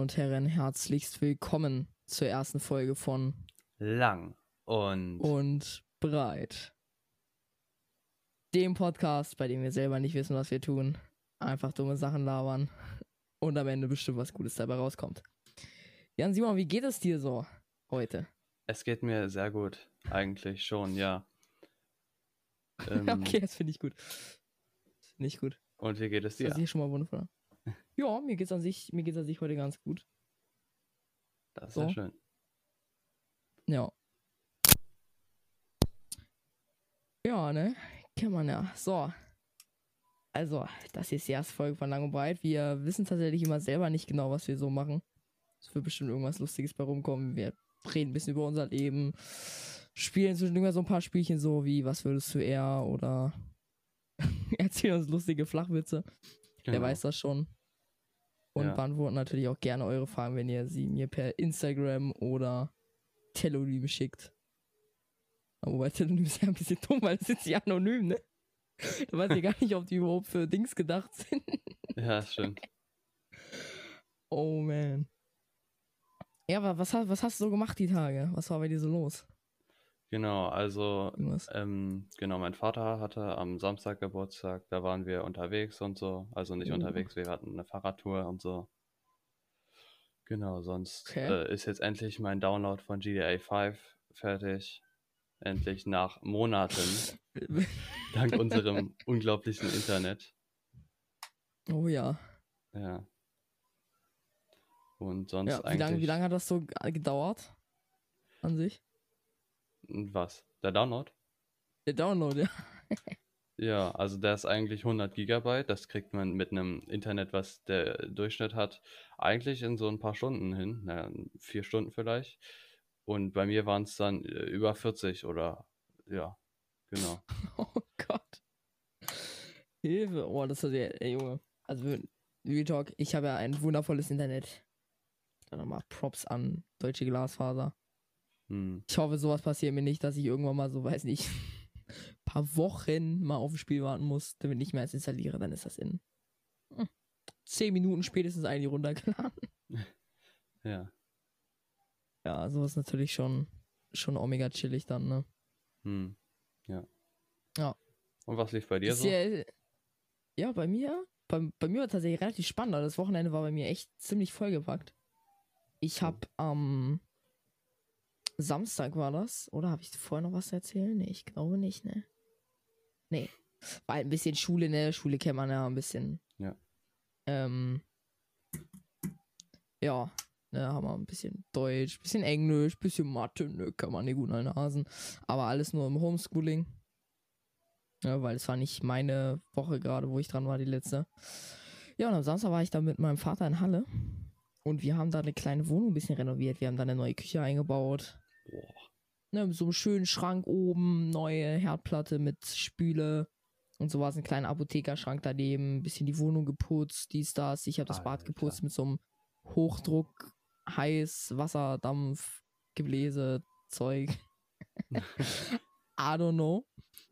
und Herren, herzlichst willkommen zur ersten Folge von Lang und Breit. Dem Podcast, bei dem wir selber nicht wissen, was wir tun. Einfach dumme Sachen labern und am Ende bestimmt was Gutes dabei rauskommt. Jan Simon, wie geht es dir so heute? Es geht mir sehr gut, eigentlich schon, ja. Okay, das finde ich gut. Finde ich gut. Und wie geht es dir? Das ist hier schon mal wundervoll. Ja, mir geht's an sich heute ganz gut. Das ist So. ja schön. Ja. Ja, ne? Kennt man ja. So. Also, das hier ist die erste Folge von Lang und Breit. Wir wissen tatsächlich immer selber nicht genau, was wir so machen. Es wird bestimmt irgendwas Lustiges bei rumkommen. Wir reden ein bisschen über unser Leben. Spielen zwischendurch so ein paar Spielchen so wie was würdest du eher oder erzählen uns lustige Flachwitze. Genau. Wer weiß das schon. Und Ja. beantworten natürlich auch gerne eure Fragen, wenn ihr sie mir per Instagram oder Telonym schickt. Aber wobei Telonym ist ja ein bisschen dumm, weil es ist ja anonym, ne? Da weiß ich gar nicht, ob die überhaupt für Dings gedacht sind. Ja, das stimmt. Oh man. Ja, aber was hast du so gemacht die Tage? Was war bei dir so los? Genau, also, Irgendwas? mein Vater hatte am Samstag Geburtstag, da waren wir unterwegs und so. Also nicht unterwegs, wir hatten eine Fahrradtour und so. Genau, sonst Okay. ist jetzt endlich mein Download von GTA 5 fertig. Endlich nach Monaten, dank unserem unglaublichen Internet. Oh ja. Ja. Und sonst Ja, eigentlich. wie lange hat das so gedauert? An sich? Was? Der Download? Der Download, ja. Ja, also der ist eigentlich 100 Gigabyte. Das kriegt man mit einem Internet, was der Durchschnitt hat, eigentlich in so ein paar Stunden hin. Naja, 4 Stunden vielleicht. Und bei mir waren es dann über 40 oder ja, genau. Oh Gott. Hilfe. Oh, das ist ja, ey, Junge. Also, Real Talk, ich habe ja ein wundervolles Internet. Dann nochmal Props an Deutsche Glasfaser. Ich hoffe, sowas passiert mir nicht, dass ich irgendwann mal so, weiß nicht, paar Wochen mal auf ein Spiel warten muss, damit ich mehr als installiere, dann ist das in 10 Minuten spätestens eigentlich runtergeladen. Ja. Ja, sowas ist natürlich schon mega chillig dann, ne? Ja. Ja. Und was lief bei dir Ist so? ja, bei mir war tatsächlich relativ spannend. Das Wochenende war bei mir echt ziemlich vollgepackt. Ich habe am Samstag war das, oder habe ich vorher noch was zu erzählen? Nee, ich glaube nicht, ne? Nee. War halt ein bisschen Schule, ne? Schule kennt man ja ein bisschen. Ja. Ja, ne, haben wir ein bisschen Deutsch, bisschen Englisch, bisschen Mathe, ne, kann man nicht gut an den Hasen. Aber alles nur im Homeschooling. Ja, weil es war nicht meine Woche gerade, wo ich dran war, die letzte. Ja, und am Samstag war ich da mit meinem Vater in Halle. Und wir haben da eine kleine Wohnung ein bisschen renoviert. Wir haben da eine neue Küche eingebaut. Boah. Ne, mit so einem schönen Schrank oben, neue Herdplatte mit Spüle und sowas, einen kleinen Apothekerschrank daneben, ein bisschen die Wohnung geputzt, dies, das. Ich habe das Bad Alter. geputzt mit so einem Hochdruck, Heiß, Wasser, Dampf, Gebläse, Zeug. I don't know.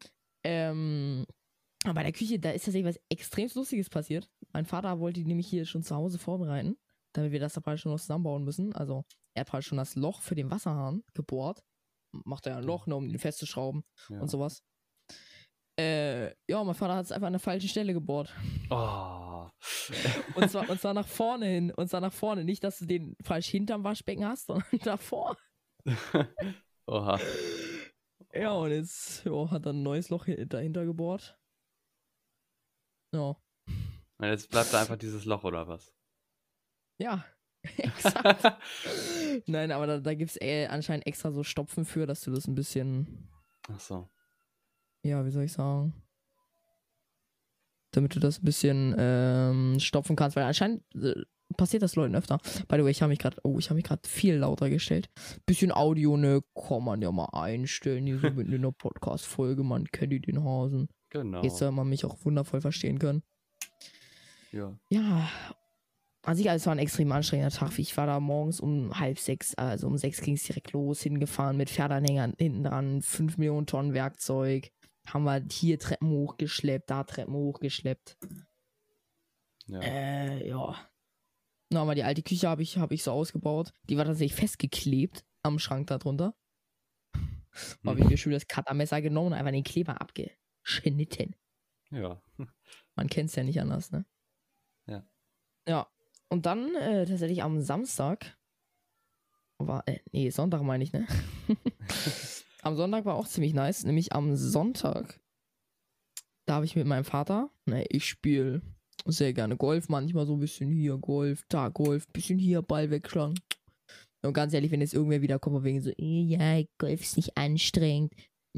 Aber bei der Küche, da ist tatsächlich was extrem Lustiges passiert. Mein Vater wollte die nämlich hier schon zu Hause vorbereiten, damit wir das da praktisch schon noch zusammenbauen müssen. Also, er hat praktisch schon das Loch für den Wasserhahn gebohrt. Macht er ein Loch, ne, um den festzuschrauben und sowas. Ja, mein Vater hat es einfach an der falschen Stelle gebohrt. Oh. Und zwar nach vorne hin. Und zwar nach vorne. Nicht, dass du den falsch hinterm Waschbecken hast, sondern davor. Oha. Ja, und jetzt hat er ein neues Loch dahinter gebohrt. Ja. Und jetzt bleibt da einfach dieses Loch, oder was? Ja, exakt. Nein, aber da gibt es anscheinend extra so Stopfen für, dass du das ein bisschen, Ach so. ja, wie soll ich sagen, damit du das ein bisschen stopfen kannst, weil anscheinend passiert das Leuten öfter. By the way, ich habe mich gerade viel lauter gestellt. Bisschen Audio, ne, kann man ja mal einstellen, hier so mit einer Podcast-Folge, man kennt den Hasen. Genau. Jetzt soll man mich auch wundervoll verstehen können. Ja. Ja, an sich, es war ein extrem anstrengender Tag. Ich war da morgens um 5:30, also um 6 ging es direkt los, hingefahren mit Pferdeanhängern hinten dran, 5 Millionen Tonnen Werkzeug. Haben wir hier Treppen hochgeschleppt, da Treppen hochgeschleppt. Ja. Ja. Na, aber die alte Küche hab ich so ausgebaut. Die war tatsächlich festgeklebt am Schrank darunter. Habe ich mir schön das Cuttermesser genommen und einfach den Kleber abgeschnitten. Ja. Man kennt es ja nicht anders, ne? Ja. Ja. Und dann tatsächlich am Samstag Sonntag meine ich, ne? Am Sonntag war auch ziemlich nice, nämlich am Sonntag, da habe ich mit meinem Vater, ne, ich spiele sehr gerne Golf, manchmal so ein bisschen hier Golf, da Golf, bisschen hier Ball wegschlagen. Und ganz ehrlich, wenn jetzt irgendwer wiederkommt und wegen so, ja, Golf ist nicht anstrengend,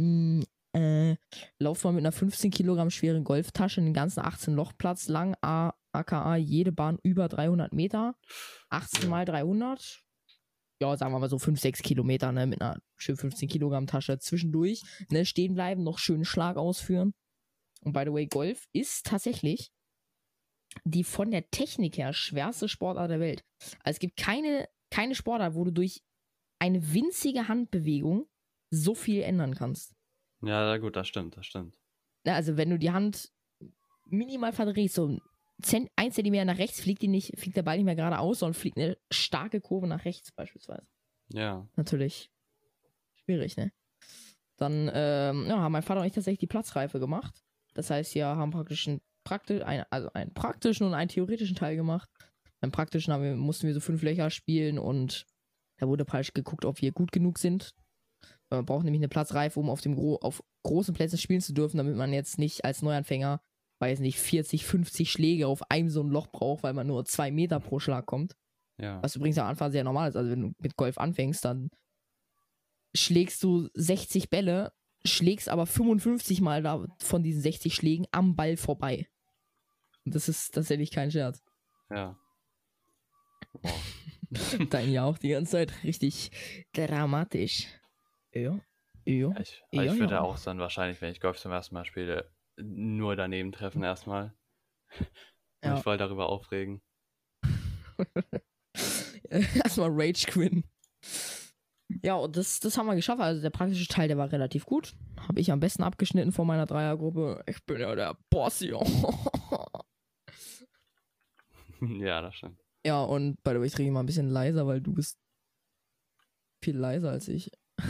lauf mal mit einer 15 Kilogramm schweren Golftasche den ganzen 18-Loch-Platz lang, aka jede Bahn über 300 Meter, 18 mal 300, ja, sagen wir mal so 5, 6 Kilometer, ne, mit einer schön 15 Kilogramm Tasche zwischendurch, ne, stehen bleiben, noch schönen Schlag ausführen. Und by the way, Golf ist tatsächlich die von der Technik her schwerste Sportart der Welt. Also es gibt keine Sportart, wo du durch eine winzige Handbewegung so viel ändern kannst. Ja, gut, das stimmt. Ne, also wenn du die Hand minimal verdrehst, so 1 Zentimeter nach rechts, fliegt der Ball nicht mehr geradeaus, sondern fliegt eine starke Kurve nach rechts beispielsweise. Ja. Natürlich schwierig, ne? Dann haben mein Vater und ich tatsächlich die Platzreife gemacht. Das heißt, wir haben praktisch einen praktischen und einen theoretischen Teil gemacht. Beim praktischen mussten wir so 5 Löcher spielen und da wurde praktisch geguckt, ob wir gut genug sind. Man braucht nämlich eine Platzreife, um auf großen Plätzen spielen zu dürfen, damit man jetzt nicht als Neuanfänger, weiß nicht, 40, 50 Schläge auf einem so ein Loch braucht, weil man nur 2 Meter pro Schlag kommt. Ja. Was übrigens am Anfang sehr normal ist. Also wenn du mit Golf anfängst, dann schlägst du 60 Bälle, schlägst aber 55 Mal von diesen 60 Schlägen am Ball vorbei. Und das ist tatsächlich kein Scherz. Ja. Wow. Dein ja auch die ganze Zeit richtig dramatisch. Ja. Ich würde auch dann wahrscheinlich, wenn ich Golf zum ersten Mal spiele, nur daneben treffen erstmal. Und mich voll darüber aufregen. Erstmal Rage Quinn. Ja, und das haben wir geschafft. Also der praktische Teil, der war relativ gut. Habe ich am besten abgeschnitten von meiner Dreiergruppe. Ich bin ja der Boss, ja. Ja, das stimmt. Ja, und by the way, ich rede mal ein bisschen leiser, weil du bist viel leiser als ich.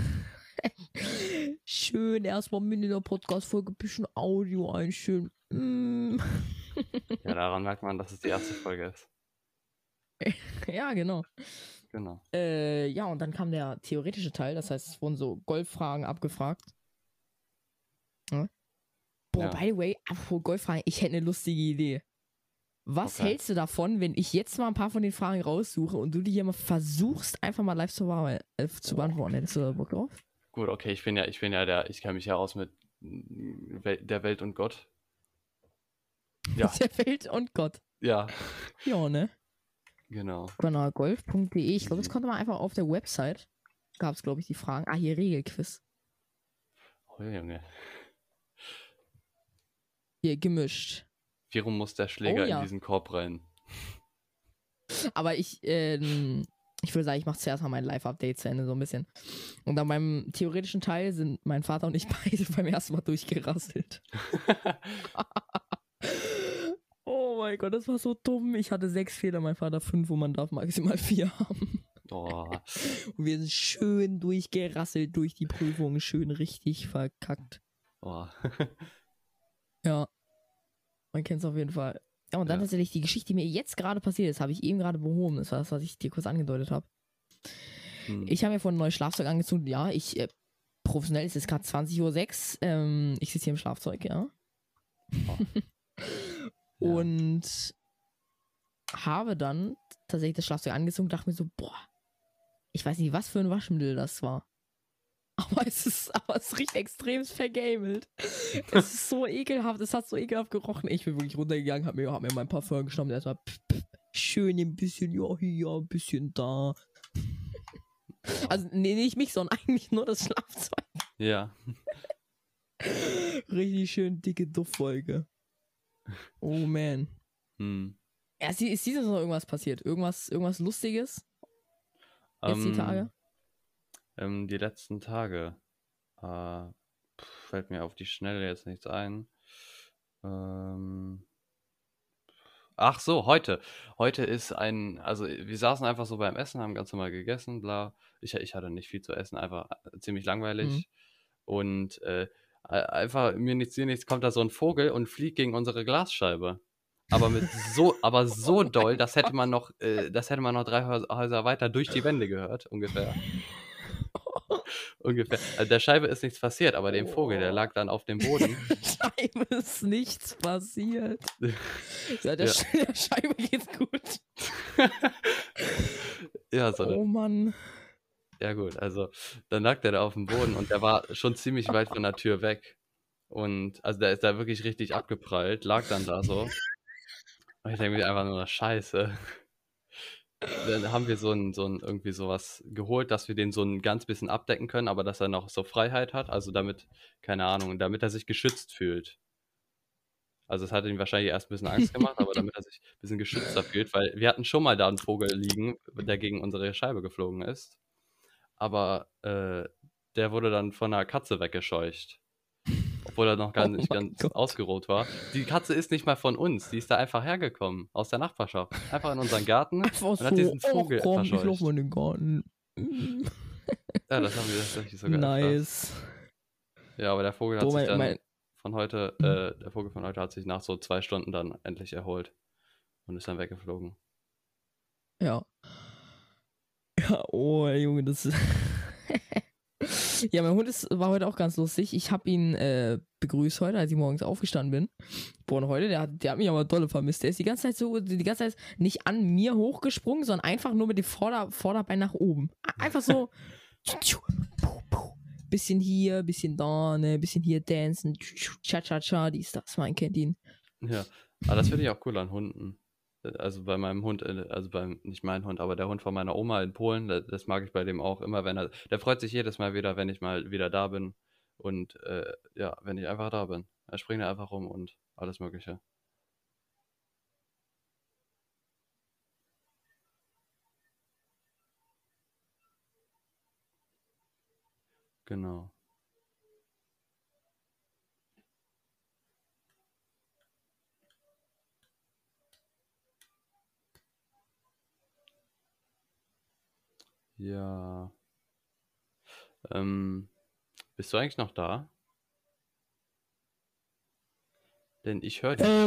Schön, erstmal mit in der Podcast-Folge ein bisschen Audio einstellen. Ja, daran merkt man, dass es die erste Folge ist. Ja, genau. Ja, und dann kam der theoretische Teil, das heißt, es wurden so Golffragen abgefragt. Ja. Boah, by the way, apropos Golffragen, ich hätte eine lustige Idee. Was hältst du davon, wenn ich jetzt mal ein paar von den Fragen raussuche und du die hier mal versuchst, einfach mal live zu beantworten? Hättest du da Bock drauf? Gut, okay, ich kenne mich ja aus mit der Welt und Gott. Ja. Der Welt und Gott. Ja. Ja, ne? Genau. Golf.de. Ich glaube, das konnte man einfach auf der Website. Gab es, glaube ich, die Fragen. Hier Regelquiz. Oh, Junge. Hier gemischt. Wie rum muss der Schläger in diesen Korb rein? Aber ich würde sagen, ich mache zuerst mal mein Live-Update zu Ende, so ein bisschen. Und dann beim theoretischen Teil sind mein Vater und ich beide beim ersten Mal durchgerasselt. Oh mein Gott, das war so dumm. Ich hatte 6 Fehler, mein Vater 5 und man darf maximal 4 haben. Oh. Und wir sind schön durchgerasselt durch die Prüfung, schön richtig verkackt. Oh. Ja, man kennt es auf jeden Fall. Ja, und dann tatsächlich die Geschichte, die mir jetzt gerade passiert ist, habe ich eben gerade behoben. Das war das, was ich dir kurz angedeutet habe. Ich habe mir vorhin ein neues Schlafzeug angezogen. Ja, professionell ist es gerade 20:06 Uhr. Ich sitze hier im Schlafzeug, ja. Oh. Und habe dann tatsächlich das Schlafzeug angezogen und dachte mir so, boah, ich weiß nicht, was für ein Waschmittel das war. Aber es riecht extrem vergamelt. Es ist so ekelhaft, es hat so ekelhaft gerochen. Ich bin wirklich runtergegangen, hab mir mein Parfum geschnappt, erstmal schön ein bisschen, ja, hier, ein bisschen da. Also, nee, nicht mich, sondern eigentlich nur das Schlafzeug. Ja. Richtig schön dicke Duftwolke. Oh man. Ja, ist dieses noch irgendwas passiert? Irgendwas Lustiges? Jetzt die Tage? Die letzten Tage. Fällt mir auf die Schnelle jetzt nichts ein. Ach so, heute. Heute ist also wir saßen einfach so beim Essen, haben ganz normal gegessen, bla. Ich hatte nicht viel zu essen, einfach ziemlich Mhm. langweilig. Und einfach mir nichts, dir nichts, kommt da so ein Vogel und fliegt gegen unsere Glasscheibe. Aber so Oh doll, mein Gott. das hätte man noch 3 Häuser weiter durch die Wände gehört, ungefähr. Ungefähr. Also der Scheibe ist nichts passiert, aber dem Vogel, der Oh. lag dann auf dem Boden. Scheibe ist nichts passiert. Ja, Ja. der Scheibe geht's gut. Ja, Oh Mann. ja gut, also dann lag der da auf dem Boden und der war schon ziemlich weit von der Tür weg. Und also der ist da wirklich richtig abgeprallt, lag dann da so. Und ich denke mir einfach nur, Scheiße. Dann haben wir irgendwie sowas geholt, dass wir den so ein ganz bisschen abdecken können, aber dass er noch so Freiheit hat, also damit, keine Ahnung, damit er sich geschützt fühlt. Also es hat ihm wahrscheinlich erst ein bisschen Angst gemacht, aber damit er sich ein bisschen geschützter fühlt, weil wir hatten schon mal da einen Vogel liegen, der gegen unsere Scheibe geflogen ist. Aber der wurde dann von einer Katze weggescheucht. Obwohl er noch gar Oh nicht mein ganz Gott. ausgeruht war. Die Katze ist nicht mal von uns, die ist da einfach hergekommen, aus der Nachbarschaft. Einfach in unseren Garten Einfach und hat so, diesen oh Vogel komm, ich lauf mal verscheucht. in den Garten. Mm. Ja, das haben wir tatsächlich sogar öfters. Nice. Ja, aber der Vogel hat Bro, sich dann mein der Vogel von heute hat sich nach so 2 Stunden dann endlich erholt und ist dann weggeflogen. ja. Ja, oh, Junge, das ist. Ja, mein Hund war heute auch ganz lustig. Ich habe ihn begrüßt heute, als ich morgens aufgestanden bin. Boah, und heute, der hat mich aber dolle vermisst. Der ist die ganze Zeit nicht an mir hochgesprungen, sondern einfach nur mit dem Vorderbein nach oben. Einfach so. Bisschen hier, bisschen da, ne, bisschen hier dancen. Cha-cha-cha, dies, das, man kennt ihn. Ja, aber das finde ich auch cool an Hunden. Also bei meinem Hund, nicht mein Hund, aber der Hund von meiner Oma in Polen, das mag ich bei dem auch immer, der freut sich jedes Mal wieder, wenn ich mal wieder da bin und ja, wenn ich einfach da bin. Er springt da einfach rum und alles Mögliche. Genau. Ja. Ähm, bist du eigentlich noch da? Denn ich höre dich.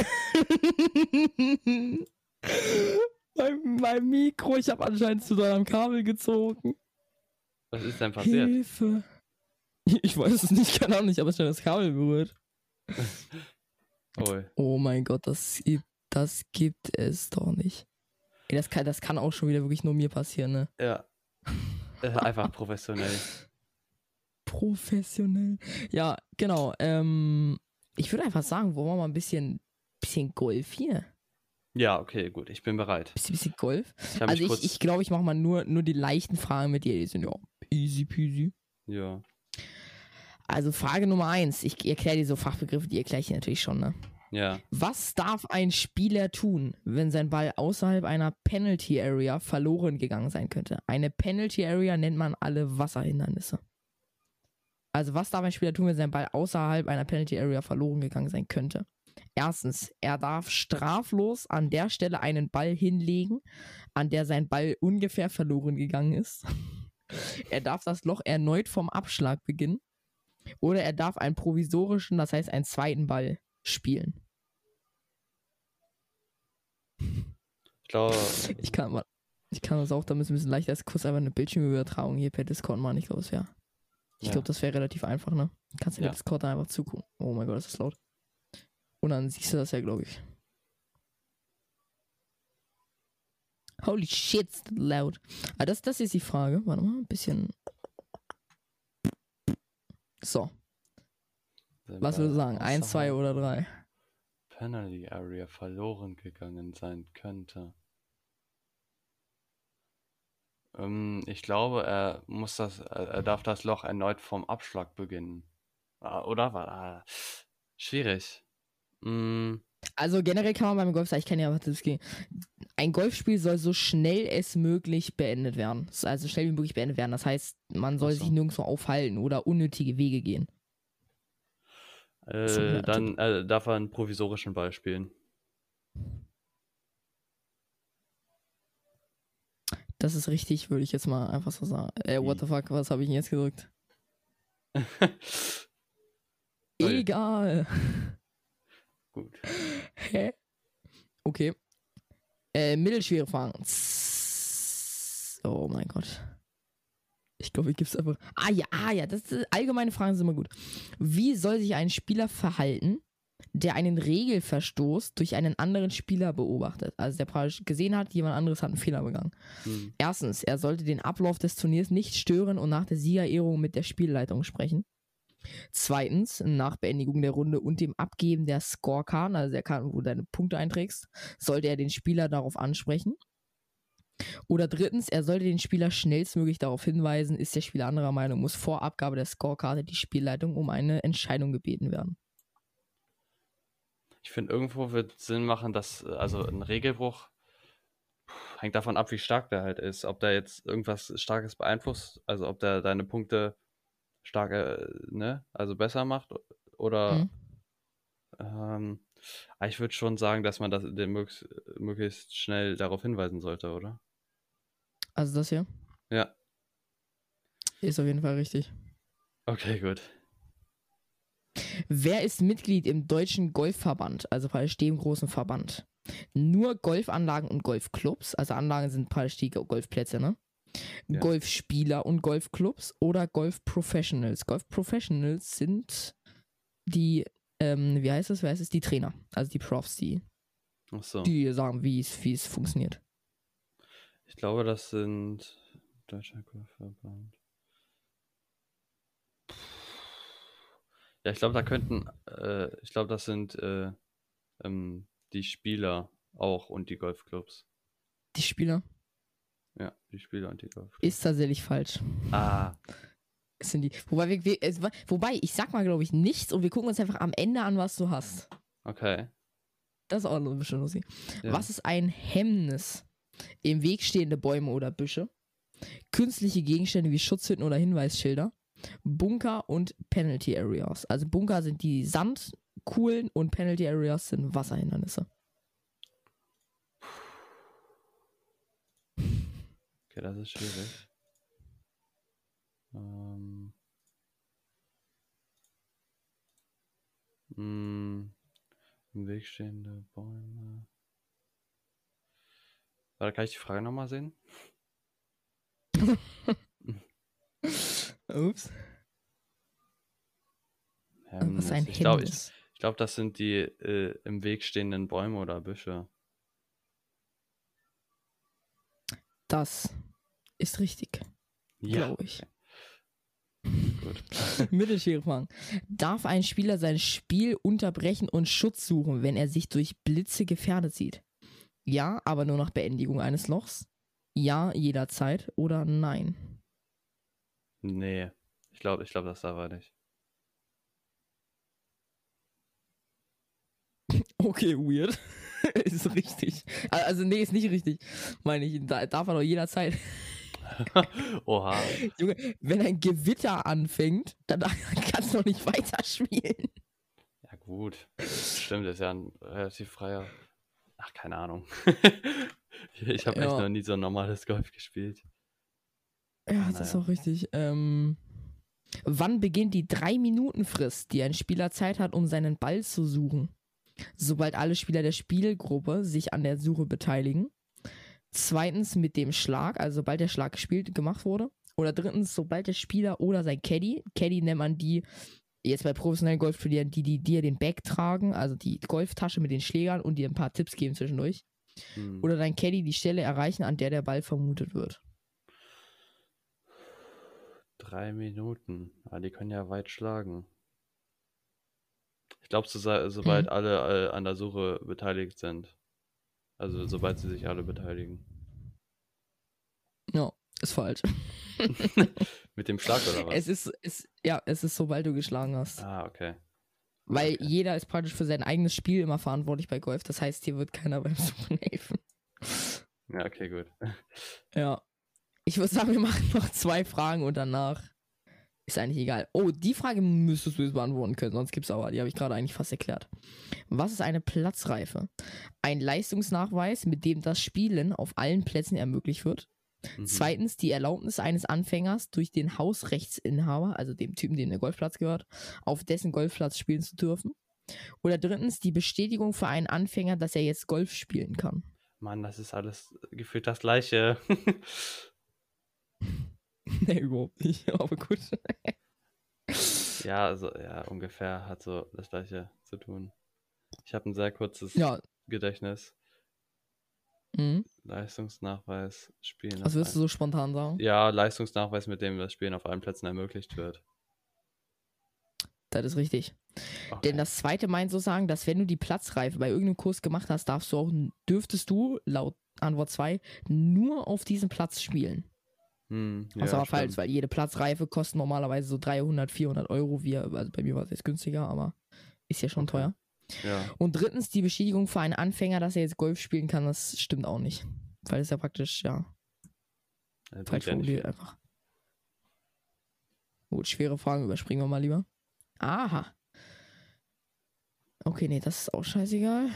Mein Mikro, ich habe anscheinend zu doll am Kabel gezogen. Was ist denn passiert? Hilfe. Ich weiß es nicht, keine Ahnung, ich habe schnell das Kabel berührt. Oh, Oh mein Gott, das gibt es doch nicht. Ey, das kann auch schon wieder wirklich nur mir passieren, ne? ja. Einfach professionell. Professionell. Ja, genau. Ich würde einfach sagen, wollen wir mal ein bisschen Golf hier? Ja, okay, gut, ich bin bereit. Bisschen Golf? Ich habe mich Also kurz. ich glaube, ich mache mal nur die leichten Fragen mit dir. Die sind ja easy peasy. Ja. Also Frage Nummer 1. Ich erkläre dir so Fachbegriffe, die erkläre ich dir natürlich schon, ne? Ja. Was darf ein Spieler tun, wenn sein Ball außerhalb einer Penalty Area verloren gegangen sein könnte? Eine Penalty Area nennt man alle Wasserhindernisse. Also was darf ein Spieler tun, wenn sein Ball außerhalb einer Penalty Area verloren gegangen sein könnte? Erstens, er darf straflos an der Stelle einen Ball hinlegen, an der sein Ball ungefähr verloren gegangen ist. Er darf das Loch erneut vom Abschlag beginnen. Oder er darf einen provisorischen, das heißt einen zweiten Ball spielen. Ich glaube. Ich kann das auch, damit es ein bisschen leichter ist, kurz einfach eine Bildschirmübertragung hier per Discord machen. Ich glaube, das wäre relativ einfach, ne? Kannst du per Discord dann einfach zugucken. Oh mein Gott, das ist laut. Und dann siehst du das ja, glaube ich. Holy shit, ist das laut. Ah, das ist die Frage. Warte mal, ein bisschen. So. Was würdest du sagen? 1, 2 oder 3? Penalty Area verloren gegangen sein könnte. Ich glaube, er darf das Loch erneut vom Abschlag beginnen. Oder? Schwierig. Also generell kann man beim Golf sagen, ich kann ja was gehen. Ein Golfspiel soll so schnell es möglich beendet werden. Also schnell wie möglich beendet werden. Das heißt, man soll sich nirgendwo aufhalten oder unnötige Wege gehen. Dann darf er einen provisorischen Ball spielen. Das ist richtig, würde ich jetzt mal einfach so sagen. What the fuck, was habe ich denn jetzt gedrückt? Okay. Egal. Gut. Hä? Okay. Mittelschwere Fragen. Oh mein Gott. Ich glaube, ich gebe es einfach. Ja, allgemeine Fragen sind immer gut. Wie soll sich ein Spieler verhalten, der einen Regelverstoß durch einen anderen Spieler beobachtet? Also der praktisch gesehen hat, jemand anderes hat einen Fehler begangen. Erstens, er sollte den Ablauf des Turniers nicht stören und nach der Siegerehrung mit der Spielleitung sprechen. Zweitens, nach Beendigung der Runde und dem Abgeben der Scorecard, also der Karte, wo du deine Punkte einträgst, sollte er den Spieler darauf ansprechen. Oder drittens, er sollte den Spieler schnellstmöglich darauf hinweisen, ist der Spieler anderer Meinung, muss vor Abgabe der Scorekarte die Spielleitung um eine Entscheidung gebeten werden. Ich finde, irgendwo wird Sinn machen, dass, also ein Regelbruch hängt davon ab, wie stark der halt ist. Ob der jetzt irgendwas Starkes beeinflusst, also ob der deine Punkte stark, also besser macht oder ich würde schon sagen, dass man den möglichst schnell darauf hinweisen sollte, oder? Also das hier? Ja. Ist auf jeden Fall richtig. Okay, gut. Wer ist Mitglied im Deutschen Golfverband, also praktisch dem großen Verband? Nur Golfanlagen und Golfclubs, also Anlagen sind praktisch die Golfplätze, ne? Ja. Golfspieler und Golfclubs oder Golfprofessionals. Golfprofessionals sind die, wie heißt es? Die Trainer, also die Profs, die sagen, wie es funktioniert. Ich glaube, das sind Deutscher Golfverband. Ja, ich glaube, das sind die Spieler auch und die Golfclubs. Die Spieler? Ja, die Spieler und die Golfclubs. Ist tatsächlich falsch. Es sind die. Wobei, ich sag mal, glaube ich, nichts und wir gucken uns einfach am Ende an, was du hast. Okay. Das ist auch ein bisschen lustig. Ja. Was ist ein Hemmnis? Im Weg stehende Bäume oder Büsche, künstliche Gegenstände wie Schutzhütten oder Hinweisschilder, Bunker und Penalty Areas. Also Bunker sind die Sandkuhlen und Penalty Areas sind Wasserhindernisse. Okay, das ist schwierig. Im Weg stehende Bäume. Warte, kann ich die Frage nochmal sehen? Ups. Was ist ein Ich Hemmnis? glaube, das sind die im Weg stehenden Bäume oder Büsche. Das ist richtig. Ja. Glaube ich. Gut. Mittelschwere Fragen. Darf ein Spieler sein Spiel unterbrechen und Schutz suchen, wenn er sich durch Blitze gefährdet sieht? Ja, aber nur nach Beendigung eines Lochs. Ja, jederzeit oder nein? Nee, ich glaube, das darf er nicht. Okay, weird. Ist richtig. Also, nee, ist nicht richtig. Meine ich, da darf er doch jederzeit. Oha. Junge, wenn ein Gewitter anfängt, dann kannst du doch nicht weiterspielen. Ja, gut. Stimmt, ist ja ein relativ freier. Ach, keine Ahnung. Ich habe echt noch nie so ein normales Golf gespielt. Ja, das ist auch richtig. Wann beginnt die 3-Minuten-Frist, die ein Spieler Zeit hat, um seinen Ball zu suchen? Sobald alle Spieler der Spielgruppe sich an der Suche beteiligen. Zweitens mit dem Schlag, also sobald der Schlag gemacht wurde. Oder drittens, sobald der Spieler oder sein Caddy nennt man die, jetzt bei professionellen Golfturnieren, die den Bag tragen, also die Golftasche mit den Schlägern und dir ein paar Tipps geben zwischendurch. Oder dein Caddy die Stelle erreichen, an der der Ball vermutet wird. 3 Minuten. Ah, die können ja weit schlagen. Ich glaube, sobald alle an der Suche beteiligt sind. Also sobald sie sich alle beteiligen. Ja, ist falsch. Mit dem Schlag oder was? Es ist sobald du geschlagen hast. Ah, okay. Weil jeder ist praktisch für sein eigenes Spiel immer verantwortlich bei Golf. Das heißt, hier wird keiner beim Suchen helfen. Ja, okay, gut. Ja. Ich würde sagen, wir machen noch 2 Fragen und danach ist eigentlich egal. Oh, die Frage müsstest du jetzt beantworten können, sonst gibt's aber, die habe ich gerade eigentlich fast erklärt. Was ist eine Platzreife? Ein Leistungsnachweis, mit dem das Spielen auf allen Plätzen ermöglicht wird. Mhm. Zweitens, die Erlaubnis eines Anfängers durch den Hausrechtsinhaber, also dem Typen, dem der Golfplatz gehört, auf dessen Golfplatz spielen zu dürfen. Oder drittens, die Bestätigung für einen Anfänger, dass er jetzt Golf spielen kann. Mann, das ist alles gefühlt das Gleiche. Nee, überhaupt nicht, aber gut. Ja, also, ja, ungefähr hat so das Gleiche zu tun. Ich habe ein sehr kurzes Ja. Gedächtnis. Mhm. Leistungsnachweis, Spielen Was auf würdest du so spontan sagen? Ja, Leistungsnachweis, mit dem das Spielen auf allen Plätzen ermöglicht wird. Das ist richtig. Okay. Denn das zweite meint so sagen, dass wenn du die Platzreife bei irgendeinem Kurs gemacht hast, dürftest du, laut Antwort 2, nur auf diesem Platz spielen. Was ja, aber falsch, stimmt. weil jede Platzreife kostet normalerweise so 300, 400 Euro. Also bei mir war es jetzt günstiger, aber ist ja schon Okay. teuer. Ja. Und drittens, die Bestätigung für einen Anfänger, dass er jetzt Golf spielen kann, das stimmt auch nicht. Weil es ja praktisch, ja, bringt falsch ja nicht formuliert viel. einfach. Gut, schwere Fragen überspringen wir mal lieber. Aha. Okay, nee, das ist auch scheißegal.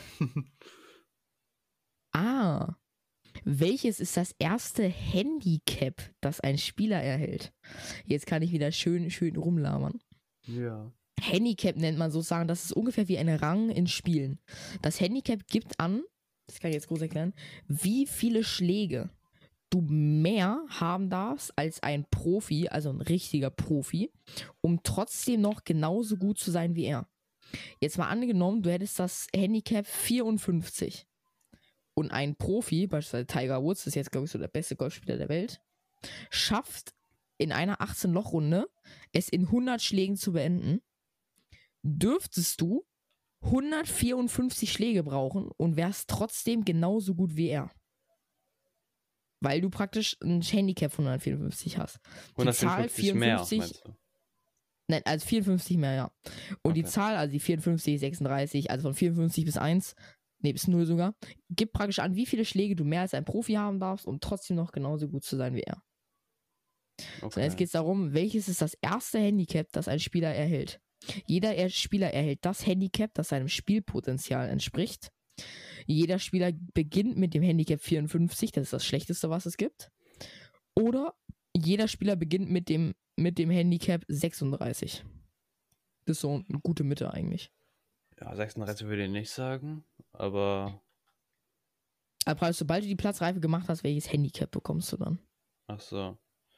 Welches ist das erste Handicap, das ein Spieler erhält? Jetzt kann ich wieder schön rumlabern. Ja. Handicap nennt man sozusagen, das ist ungefähr wie ein Rang in Spielen. Das Handicap gibt an, das kann ich jetzt groß erklären, wie viele Schläge du mehr haben darfst als ein Profi, also ein richtiger Profi, um trotzdem noch genauso gut zu sein wie er. Jetzt mal angenommen, du hättest das Handicap 54 und ein Profi, beispielsweise Tiger Woods, das ist jetzt glaube ich so der beste Golfspieler der Welt, schafft in einer 18-Loch-Runde es in 100 Schlägen zu beenden, dürftest du 154 Schläge brauchen und wärst trotzdem genauso gut wie er. Weil du praktisch ein Handicap von 154 hast. Die Zahl 154 mehr, meinst du? Nein, also 54 mehr, ja. Und die Okay. Zahl, also die 54, 36, also von 54 bis 1, bis 0 sogar, gibt praktisch an, wie viele Schläge du mehr als ein Profi haben darfst, um trotzdem noch genauso gut zu sein wie er. Okay. So, jetzt geht es darum, welches ist das erste Handicap, das ein Spieler erhält. Jeder Spieler erhält das Handicap, das seinem Spielpotenzial entspricht. Jeder Spieler beginnt mit dem Handicap 54, das ist das Schlechteste, was es gibt. Oder jeder Spieler beginnt mit dem Handicap 36. Das ist so eine gute Mitte eigentlich. Ja, 36 würde ich nicht sagen, aber... Aber sobald du die Platzreife gemacht hast, welches Handicap bekommst du dann? Ach so.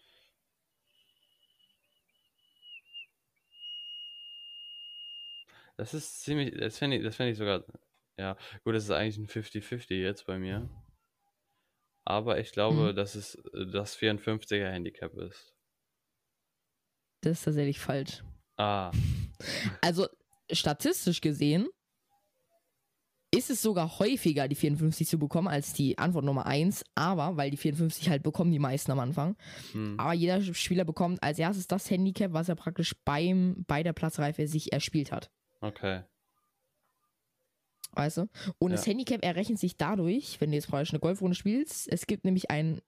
Das ist ziemlich... Das fände ich sogar... Ja, gut, das ist eigentlich ein 50-50 jetzt bei mir. Aber ich glaube, dass es das 54er Handicap ist. Das ist tatsächlich falsch. Also statistisch gesehen ist es sogar häufiger, die 54 zu bekommen, als die Antwort Nummer 1. Aber, weil die 54 halt bekommen die meisten am Anfang. Aber jeder Spieler bekommt als erstes das Handicap, was er praktisch bei der Platzreife sich erspielt hat. Okay. Weißt du? Und das Handicap errechnet sich dadurch, wenn du jetzt praktisch eine Golfrunde spielst, es gibt nämlich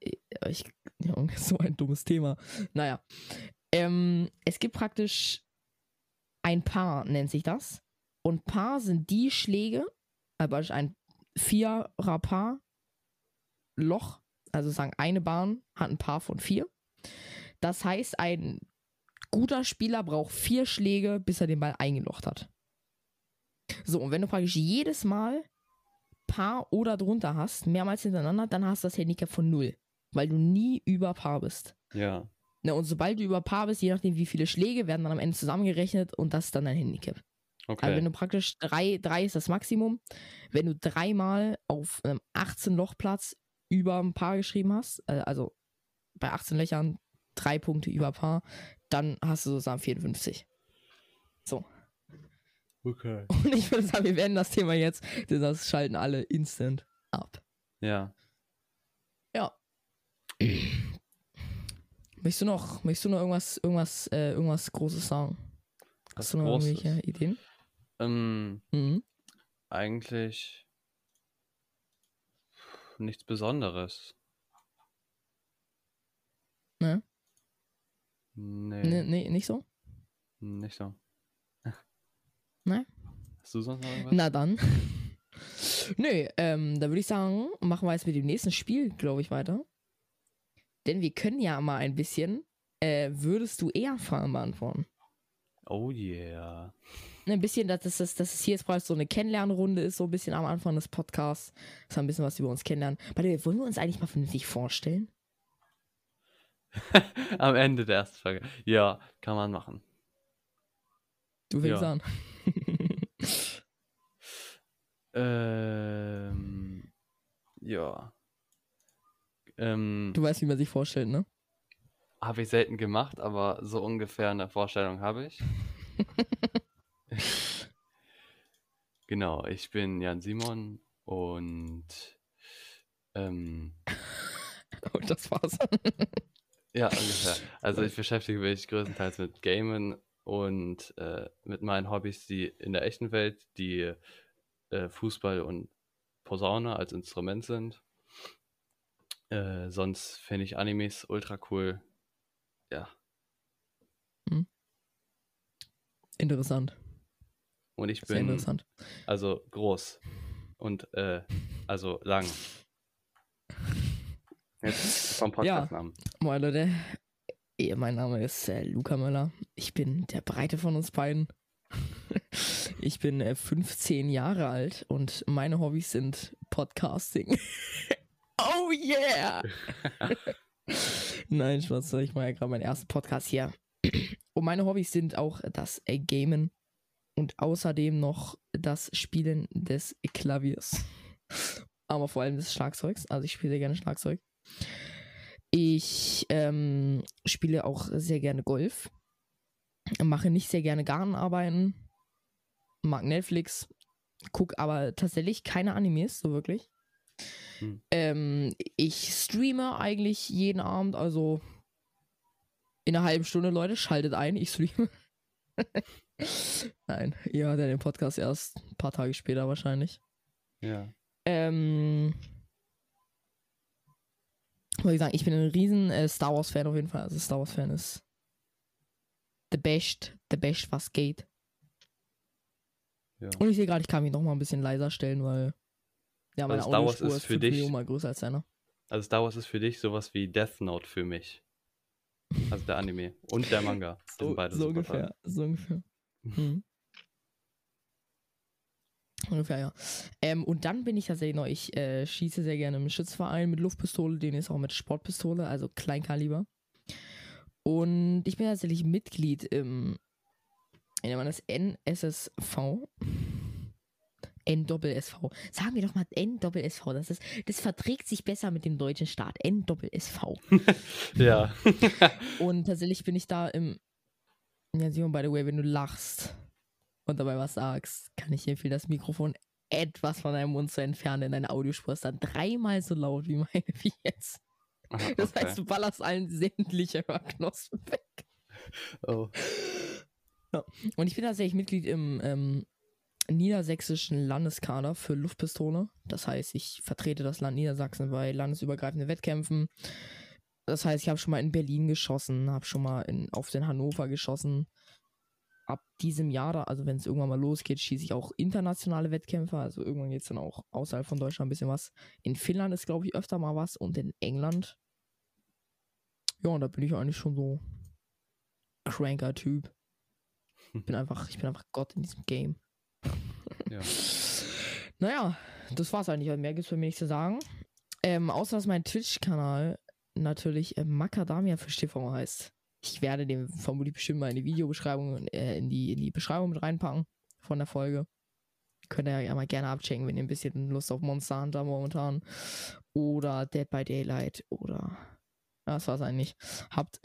so ein dummes Thema. Naja. Es gibt praktisch ein Paar, nennt sich das. Und Paar sind die Schläge, also ein Vierer-Paar Loch, also sagen eine Bahn hat ein Paar von 4. Das heißt, ein guter Spieler braucht 4 Schläge, bis er den Ball eingelocht hat. So, und wenn du praktisch jedes Mal Paar oder drunter hast, mehrmals hintereinander, dann hast du das Handicap von 0, weil du nie über Paar bist. Ja. Ne, und sobald du über Paar bist, je nachdem wie viele Schläge, werden dann am Ende zusammengerechnet und das ist dann dein Handicap. Okay. Also wenn du praktisch 3 ist das Maximum, wenn du 3-mal auf einem 18-Loch-Platz über ein Paar geschrieben hast, also bei 18 Löchern 3 Punkte über Paar, dann hast du sozusagen 54. So. Okay. Und ich würde sagen, wir werden das Thema jetzt, denn das schalten alle instant ab. Ja. Ja. Möchtest du noch irgendwas Großes sagen? Hast du noch irgendwelche Ideen? Eigentlich nichts Besonderes. Ne? Nee. Nee, nicht so? Nicht so. Ne? Hast du sonst noch irgendwas? Na dann. Nö, da würde ich sagen, machen wir jetzt mit dem nächsten Spiel, glaube ich, weiter. Denn wir können ja mal ein bisschen, würdest du eher Fragen beantworten? Oh yeah. Ein bisschen, dass es hier jetzt bald so eine Kennenlernrunde ist, so ein bisschen am Anfang des Podcasts. Dass wir ein bisschen was über uns kennenlernen. By the way, wollen wir uns eigentlich mal vernünftig vorstellen? Am Ende der ersten Frage. Ja, kann man machen. Du fängst Ja. an. Ja. Du weißt, wie man sich vorstellt, ne? Habe ich selten gemacht, aber so ungefähr eine Vorstellung habe ich. Genau, ich bin Jan Simon und Und das war's. ja, ungefähr. Also ich beschäftige mich größtenteils mit Gamen und mit meinen Hobbys, die in der echten Welt, die Fußball und Posaune als Instrument sind. Sonst finde ich Animes ultra cool. Ja. Interessant. Und ich Sehr bin interessant. also groß und also lang. Jetzt vom Podcastnamen. Moin Leute, mein Name ist Luca Möller. Ich bin der Breite von uns beiden. Ich bin 15 Jahre alt und meine Hobbys sind Podcasting. Oh yeah! Nein, Spaß, ich mache ja gerade meinen ersten Podcast hier. Und meine Hobbys sind auch das Gamen und außerdem noch das Spielen des Klaviers. Aber vor allem des Schlagzeugs. Also ich spiele sehr gerne Schlagzeug. Ich spiele auch sehr gerne Golf. Mache nicht sehr gerne Gartenarbeiten. Mag Netflix. Guck aber tatsächlich keine Animes, so wirklich. Ich streame eigentlich jeden Abend, also in einer halben Stunde, Leute, schaltet ein, ich streame. Nein, ihr hört ja den Podcast erst ein paar Tage später wahrscheinlich. Ja. Wollte ich sagen, ich bin ein riesen Star Wars Fan auf jeden Fall. Also Star Wars Fan ist the best, was geht. Ja. Und ich sehe gerade, ich kann mich noch mal ein bisschen leiser stellen, weil ja, meine Also Star Wars Audiospur ist für 5 dich- Millionen mal größer als deine. Also Star Wars ist für dich sowas wie Death Note für mich. Also der Anime und der Manga. Die sind beide So super ungefähr, toll. so ungefähr. Ungefähr, ja. Und dann bin ich tatsächlich noch, ich schieße sehr gerne im Schützverein mit Luftpistole, den ist auch mit Sportpistole, also Kleinkaliber. Und ich bin tatsächlich Mitglied in das NSSV. NSSV. Sagen wir doch mal NSSV. Das verträgt sich besser mit dem deutschen Staat. NSSV. Ja. Und tatsächlich bin ich da Ja, Simon, by the way, wenn du lachst und dabei was sagst, kann ich dir empfehlen, das Mikrofon etwas von deinem Mund zu entfernen, denn deine Audiospur ist dann 3-mal so laut wie meine wie jetzt. Das Okay. heißt, du ballerst allen sämtliche Hörknospen weg. Oh. Ja. Und ich bin tatsächlich Mitglied im niedersächsischen Landeskader für Luftpistole. Das heißt, ich vertrete das Land Niedersachsen bei landesübergreifenden Wettkämpfen. Das heißt, ich habe schon mal in Berlin geschossen, habe schon mal auf den Hannover geschossen. Ab diesem Jahr, also wenn es irgendwann mal losgeht, schieße ich auch internationale Wettkämpfe. Also irgendwann geht es dann auch außerhalb von Deutschland ein bisschen was. In Finnland ist, glaube ich, öfter mal was und in England. Ja, und da bin ich eigentlich schon so cranker Typ. Ich bin einfach Gott in diesem Game. Ja. Naja, das war's eigentlich. Mehr gibt's für mich nicht zu sagen. Außer dass mein Twitch-Kanal natürlich Macadamia-Fisch TV heißt. Ich werde den vermutlich bestimmt mal in die Videobeschreibung, in die Beschreibung mit reinpacken von der Folge. Könnt ihr ja mal gerne abchecken, wenn ihr ein bisschen Lust auf Monster Hunter momentan oder Dead by Daylight oder das war's eigentlich habt.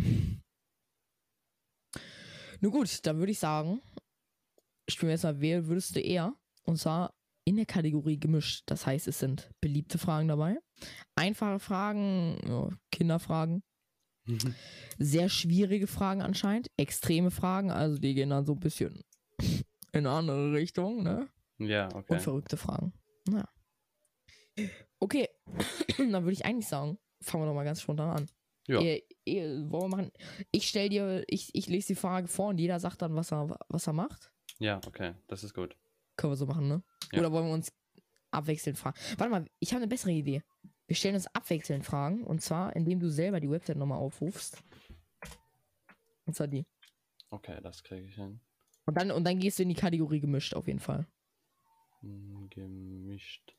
Nun gut, dann würde ich sagen, spielen wir jetzt mal, wer würdest du eher? Und zwar in der Kategorie gemischt. Das heißt, es sind beliebte Fragen dabei, einfache Fragen, ja, Kinderfragen, sehr schwierige Fragen anscheinend, extreme Fragen, also die gehen dann so ein bisschen in eine andere Richtung, ne? Ja, okay. Und verrückte Fragen. Ja. Okay, dann würde ich eigentlich sagen, fangen wir doch mal ganz spontan an. Ja. Wollen wir machen? Ich lese die Frage vor und jeder sagt dann, was er macht. Ja, okay, das ist gut. Können wir so machen, ne? Ja. Oder wollen wir uns abwechselnd fragen? Warte mal, ich habe eine bessere Idee. Wir stellen uns abwechselnd Fragen. Und zwar, indem du selber die Website nochmal aufrufst. Und zwar die. Okay, das kriege ich hin. Und dann gehst du in die Kategorie gemischt auf jeden Fall. Gemischt.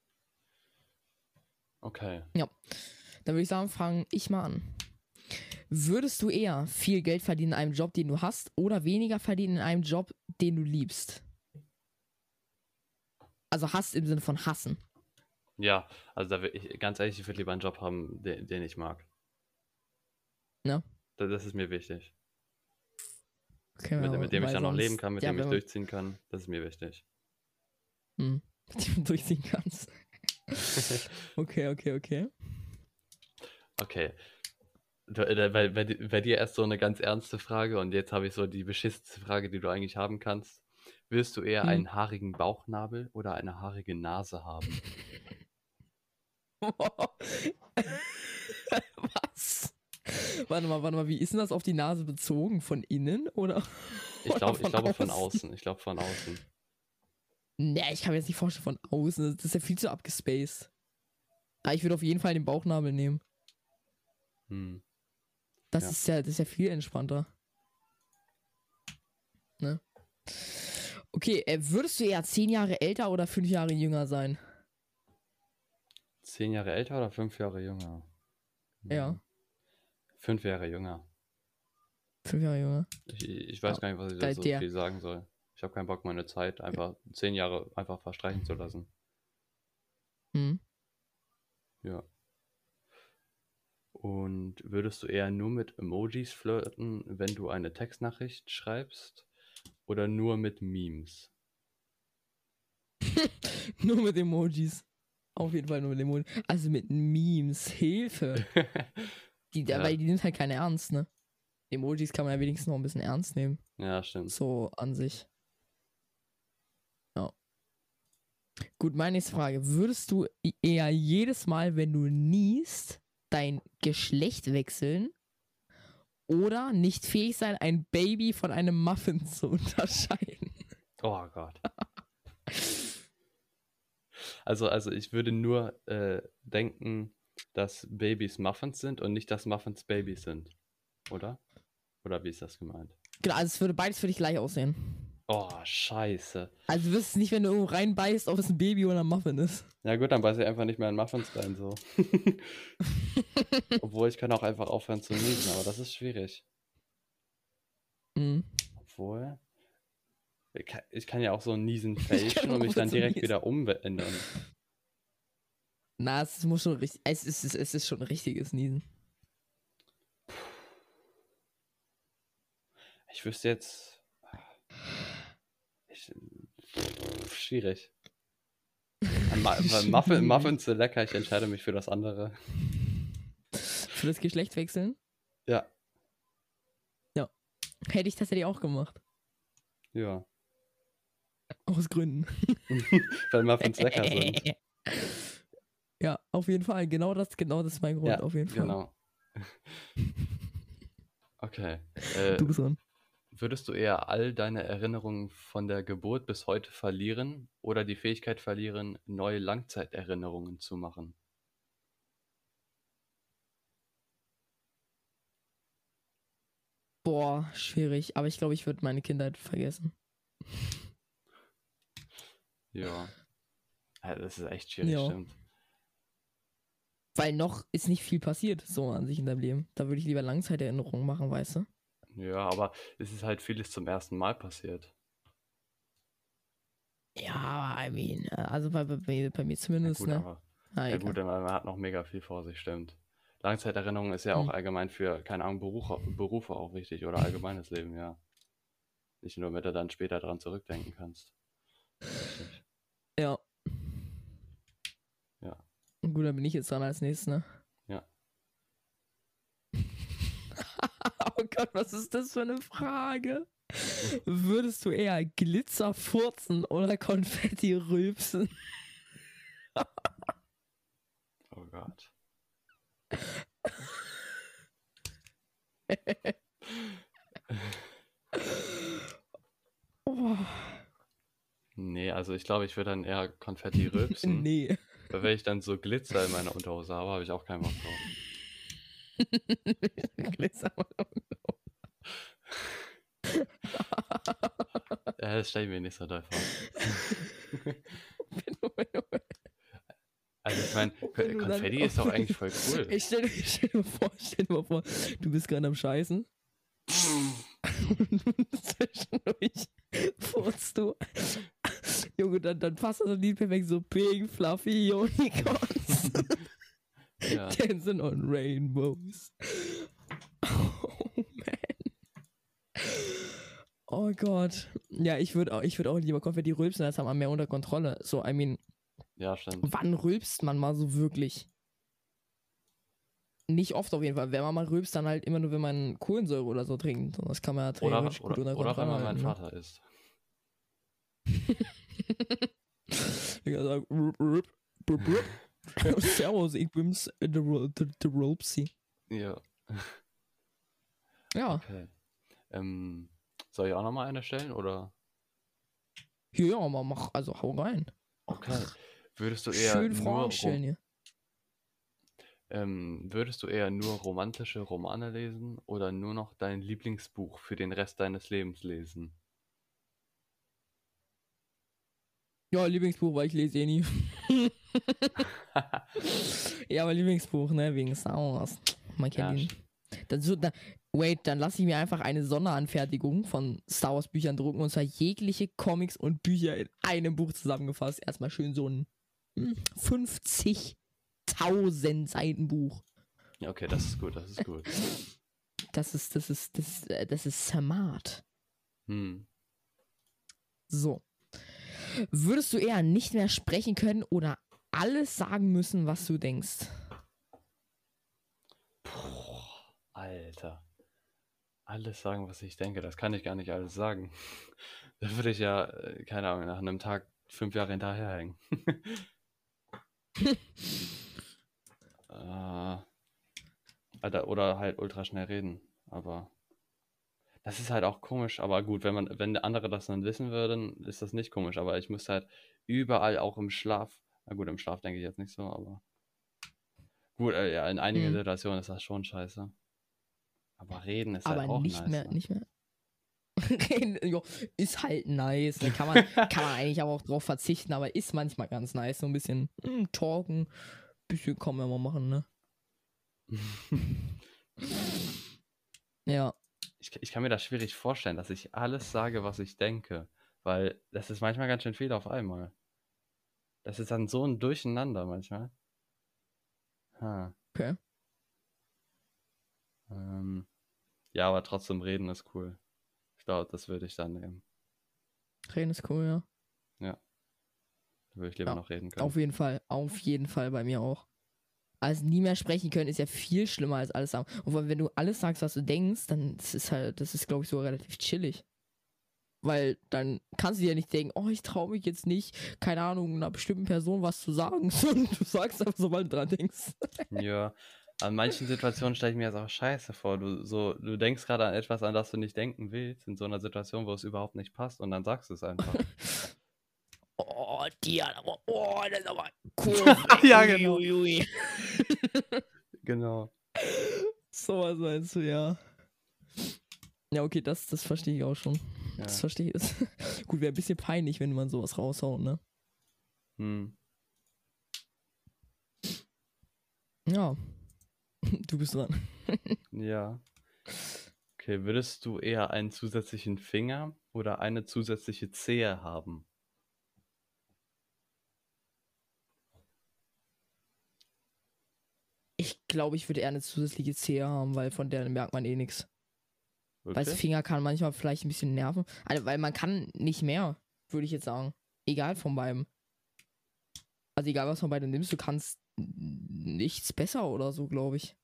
Okay. Ja. Dann würde ich sagen, fange ich mal an. Würdest du eher viel Geld verdienen in einem Job, den du hast, oder weniger verdienen in einem Job, den du liebst? Also Hass im Sinne von hassen. Ja, also ganz ehrlich, ich würde lieber einen Job haben, den ich mag. Ja. Das ist mir wichtig. Okay, Mit dem ich dann auch sonst, leben kann, mit dem ich durchziehen kann. Das ist mir wichtig. Mit dem du durchziehen kannst. Okay. Okay. Bei dir erst so eine ganz ernste Frage und jetzt habe ich so die beschissenste Frage, die du eigentlich haben kannst. Willst du eher einen haarigen Bauchnabel oder eine haarige Nase haben? Was? Warte mal, wie ist denn das auf die Nase bezogen? Von innen oder? Ich glaube von außen? außen. Ich glaube von außen. Nee, ich kann mir jetzt nicht vorstellen von außen. Das ist ja viel zu abgespaced. Aber ich würde auf jeden Fall den Bauchnabel nehmen. Das ist ja viel entspannter. Ne? Okay, würdest du eher 10 Jahre älter oder 5 Jahre jünger sein? 10 Jahre älter oder 5 Jahre jünger? Ja. 5 Jahre jünger. 5 Jahre jünger. Ich weiß gar nicht, was ich da so viel sagen soll. Ich habe keinen Bock, meine Zeit einfach 10 Jahre einfach verstreichen zu lassen. Ja. Und würdest du eher nur mit Emojis flirten, wenn du eine Textnachricht schreibst? Oder nur mit Memes? Nur mit Emojis. Auf jeden Fall nur mit Emojis. Also mit Memes. Hilfe. Weil die nimmt halt keiner ernst, ne? Emojis kann man ja wenigstens noch ein bisschen ernst nehmen. Ja, stimmt. So an sich. Ja. Gut, meine nächste Frage. Würdest du eher jedes Mal, wenn du niest, dein Geschlecht wechseln oder nicht fähig sein, ein Baby von einem Muffin zu unterscheiden? Oh Gott. Also ich würde nur denken, dass Babys Muffins sind und nicht, dass Muffins Babys sind. Oder? Oder wie ist das gemeint? Genau, also es würde beides für dich gleich aussehen. Oh, scheiße. Also du wirst nicht, wenn du irgendwo reinbeißt, ob es ein Baby oder ein Muffin ist. Ja gut, dann beiße ich einfach nicht mehr in Muffins rein, so. Obwohl, ich kann auch einfach aufhören zu niesen, aber das ist schwierig. Obwohl, ich kann ja auch so niesen fälschen und mich dann direkt wieder umändern. Na, es muss schon richtig, es ist schon ein richtiges Niesen. Ich wüsste jetzt... Schwierig. Muffins sind lecker, ich entscheide mich für das andere. Für das Geschlecht wechseln? Ja. Ja. Hätte ich tatsächlich auch gemacht. Ja. Aus Gründen. Weil Muffins lecker sind. Ja, auf jeden Fall. Genau das ist mein Grund, auf jeden Fall. Genau. Okay. Du bist dran. Würdest du eher all deine Erinnerungen von der Geburt bis heute verlieren oder die Fähigkeit verlieren, neue Langzeiterinnerungen zu machen? Boah, schwierig. Aber ich glaube, ich würde meine Kindheit vergessen. Ja. Das ist echt schwierig, stimmt. Weil noch ist nicht viel passiert, so an sich in deinem Leben. Da würde ich lieber Langzeiterinnerungen machen, weißt du? Ja, aber es ist halt vieles zum ersten Mal passiert. Ja, I mean, also bei mir zumindest, ja, gut, ne? Ja gut, man hat noch mega viel vor sich, stimmt. Langzeiterinnerung ist ja auch allgemein für, keine Ahnung, Berufe auch wichtig oder allgemeines Leben, ja. Nicht nur, damit du dann später dran zurückdenken kannst. Ja. Ja. Gut, dann bin ich jetzt dran als nächstes, ne? Ja. Oh Gott, was ist das für eine Frage? Würdest du eher Glitzer furzen oder Konfetti rülpsen? Oh Gott. Oh. Nee, also ich glaube, ich würde dann eher Konfetti rülpsen. Nee. Weil wenn ich dann so Glitzer in meiner Unterhose habe, habe ich auch keinen Bock drauf. Glitzer. Ja, das stelle ich mir nicht so doll vor. Also ich meine, Wenn du dann, Konfetti ist doch eigentlich voll cool. Ich stell dir mal vor, du bist gerade am Scheißen. Zwischendurch furzt du. Junge, dann passt das Lied perfekt, so Pink, Fluffy, Unicorns. Ja. Dancing on Rainbows. Oh man. Oh Gott. Ja, ich würde auch lieber Konfetti rülpsen, als hat man mehr unter Kontrolle. So, I mean, Ja, stimmt. wann rülpst man mal so wirklich? Nicht oft auf jeden Fall. Wenn man mal rülpst, dann halt immer nur, wenn man Kohlensäure oder so trinkt. Und das kann man ja theoretisch gut unter Oder wenn Kontrolle man mein halten. Vater ist. Ich kann sagen, rup. Servus, ich bin's, der Rolpsi. Ja. Ja. Okay. Soll ich auch nochmal eine stellen, oder? Ja, mach, also hau rein. Okay. Würdest du eher Schön nur Fragen stellen hier. würdest du eher nur romantische Romane lesen oder nur noch dein Lieblingsbuch für den Rest deines Lebens lesen? Ja, Lieblingsbuch, weil ich lese eh nie. Ja, aber Lieblingsbuch, ne, wegen Star Wars. Man kennt ihn. Dann lasse ich mir einfach eine Sonderanfertigung von Star Wars Büchern drucken, und zwar jegliche Comics und Bücher in einem Buch zusammengefasst. Erstmal schön so ein 50.000 Seiten Buch. Ja, okay, das ist gut, das ist gut. Das ist smart. So. Würdest du eher nicht mehr sprechen können oder alles sagen müssen, was du denkst? Puh, Alter. Alles sagen, was ich denke, das kann ich gar nicht alles sagen. Da würde ich ja, keine Ahnung, nach einem Tag 5 Jahre hinterherhängen. Alter, oder halt ultra schnell reden, aber das ist halt auch komisch, aber gut, wenn andere das dann wissen würden, ist das nicht komisch, aber ich müsste halt überall, auch im Schlaf, na gut, im Schlaf denke ich jetzt nicht so, aber gut, ja, in einigen Situationen ist das schon scheiße. Aber reden ist aber halt auch nicht nice. mehr, Ne? nicht mehr. Reden, jo, ist halt nice. Da kann man eigentlich aber auch drauf verzichten, aber ist manchmal ganz nice. So ein bisschen talken, bisschen kann man mal machen, ne? Ja. Ich kann mir das schwierig vorstellen, dass ich alles sage, was ich denke, weil das ist manchmal ganz schön viel auf einmal. Das ist dann so ein Durcheinander manchmal. Okay. Ja, aber trotzdem reden ist cool. Ich glaube, das würde ich dann nehmen. Reden ist cool, ja. Ja. Da würde ich lieber noch reden können. Auf jeden Fall bei mir auch. Also nie mehr sprechen können ist ja viel schlimmer als alles sagen. Und wenn du alles sagst, was du denkst, dann das ist, glaube ich, so relativ chillig. Weil dann kannst du dir ja nicht denken, oh, ich traue mich jetzt nicht, keine Ahnung, einer bestimmten Person was zu sagen. Du sagst einfach, sobald du dran denkst. Ja, an manchen Situationen stelle ich mir das auch scheiße vor. Du denkst gerade an etwas, an das du nicht denken willst, in so einer Situation, wo es überhaupt nicht passt, und dann sagst du es einfach. Oh, das ist aber cool. Ja, genau. Genau. So was meinst du, ja. Ja, okay, das verstehe ich auch schon. Ja. Das verstehe ich. Gut, wäre ein bisschen peinlich, wenn man sowas raushaut, ne? Ja. Du bist dran. Ja. Okay, würdest du eher einen zusätzlichen Finger oder eine zusätzliche Zehe haben? Ich glaube, ich würde eher eine zusätzliche Zehe haben, weil von der merkt man eh nichts. Weil das Wirklich? Finger kann manchmal vielleicht ein bisschen nerven. Also, weil man kann nicht mehr, würde ich jetzt sagen. Egal von beidem. Also egal, was von beidem nimmst, du kannst nichts besser oder so, glaube ich.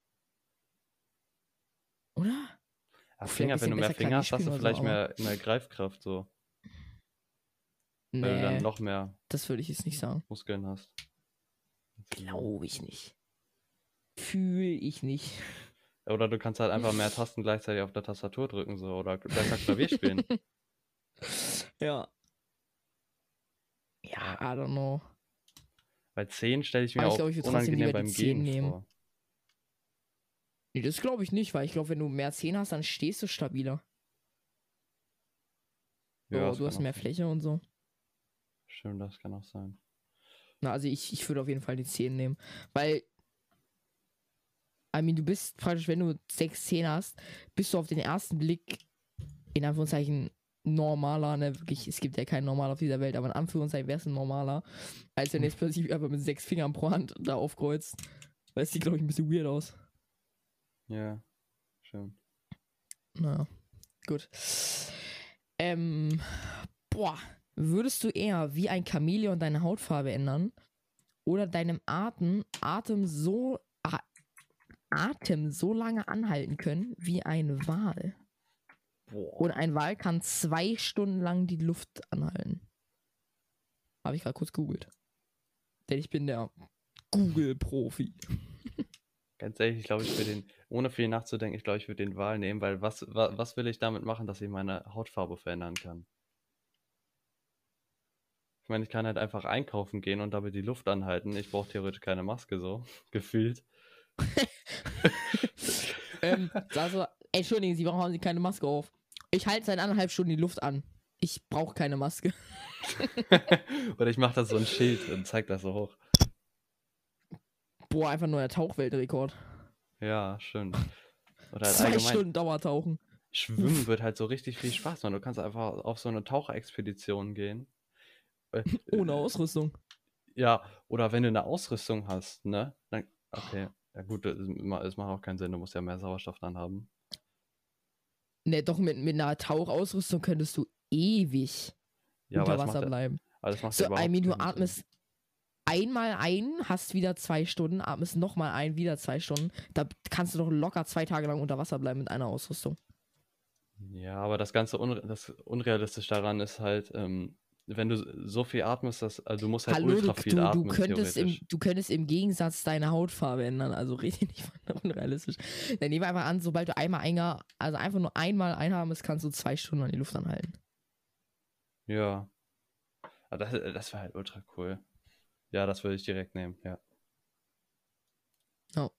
Oder? Ja, Vielleicht Finger, ein wenn du bisschen mehr besser Finger hast, hast du Klavier vielleicht spielen oder mehr Greifkraft, so. Weil du Nee, dann noch mehr das würde ich jetzt nicht sagen. Muskeln hast. Glaube ich nicht. Fühle ich nicht. Oder du kannst halt einfach mehr Tasten gleichzeitig auf der Tastatur drücken, so, oder besser Klavier spielen. Ja. Ja, I don't know. Weil 10 stelle ich mir Aber ich auch glaube, ich würde trotzdem unangenehm lieber die beim 10 Gehen nehmen. vor. Nee, das glaube ich nicht, weil ich glaube, wenn du mehr 10 hast, dann stehst du stabiler. Ja, So, das du kann hast auch mehr sein. Fläche und so. Stimmt, das kann auch sein. Na, also ich würde auf jeden Fall die 10 nehmen. Weil, I mean, du bist praktisch, wenn du 6 10 hast, bist du auf den ersten Blick, in Anführungszeichen, normaler, ne, wirklich, es gibt ja keinen Normal auf dieser Welt, aber in Anführungszeichen wäre es ein normaler, als wenn du jetzt plötzlich einfach mit 6 Fingern pro Hand da aufkreuzt. Weil es sieht, glaube ich, ein bisschen weird aus. Ja, stimmt. Naja, gut. Boah, würdest du eher wie ein Chamäleon deine Hautfarbe ändern oder deinem Atem so lange anhalten können wie ein Wal? Boah. Und ein Wal kann 2 Stunden lang die Luft anhalten. Habe ich gerade kurz googelt. Denn ich bin der Google-Profi. Ganz ehrlich, ich glaube, ich würde den, ohne viel nachzudenken, ich glaube, ich würde den Wal nehmen, weil was will ich damit machen, dass ich meine Hautfarbe verändern kann? Ich meine, ich kann halt einfach einkaufen gehen und damit die Luft anhalten. Ich brauche theoretisch keine Maske, so gefühlt. Also, entschuldigen Sie, warum haben Sie keine Maske auf? Ich halte seit 1,5 Stunden die Luft an. Ich brauche keine Maske. Oder ich mache da so ein Schild und zeig das so hoch. Boah, einfach nur der Tauchweltrekord. Ja, stimmt. Oder halt 2 allgemein, Stunden Dauertauchen. Schwimmen wird halt so richtig viel Spaß machen. Du kannst einfach auf so eine Taucherexpedition gehen. Äh, Ohne Ausrüstung. Ja, oder wenn du eine Ausrüstung hast, ne? Dann, okay, ja gut, es macht auch keinen Sinn, du musst ja mehr Sauerstoff dann haben. Ne, doch mit einer Tauchausrüstung könntest du ewig Ja, unter Wasser ja, bleiben. aber das macht ja So, I überhaupt mean, du keinen Sinn. atmest einmal ein, hast wieder 2 Stunden, atmest nochmal ein, wieder 2 Stunden. Da kannst du doch locker 2 Tage lang unter Wasser bleiben mit einer Ausrüstung. Ja, aber das unrealistisch daran ist halt, wenn du so viel atmest, also du musst halt Hallo, ultra viel du atmen, könntest theoretisch. du könntest im Gegensatz deine Hautfarbe ändern. Also rede nicht von unrealistisch. Dann nehmen wir einfach an, sobald du also einfach nur einmal einatmest, kannst du 2 Stunden an die Luft anhalten. Ja, aber das wäre halt ultra cool. Ja, das würde ich direkt nehmen, ja. Ja.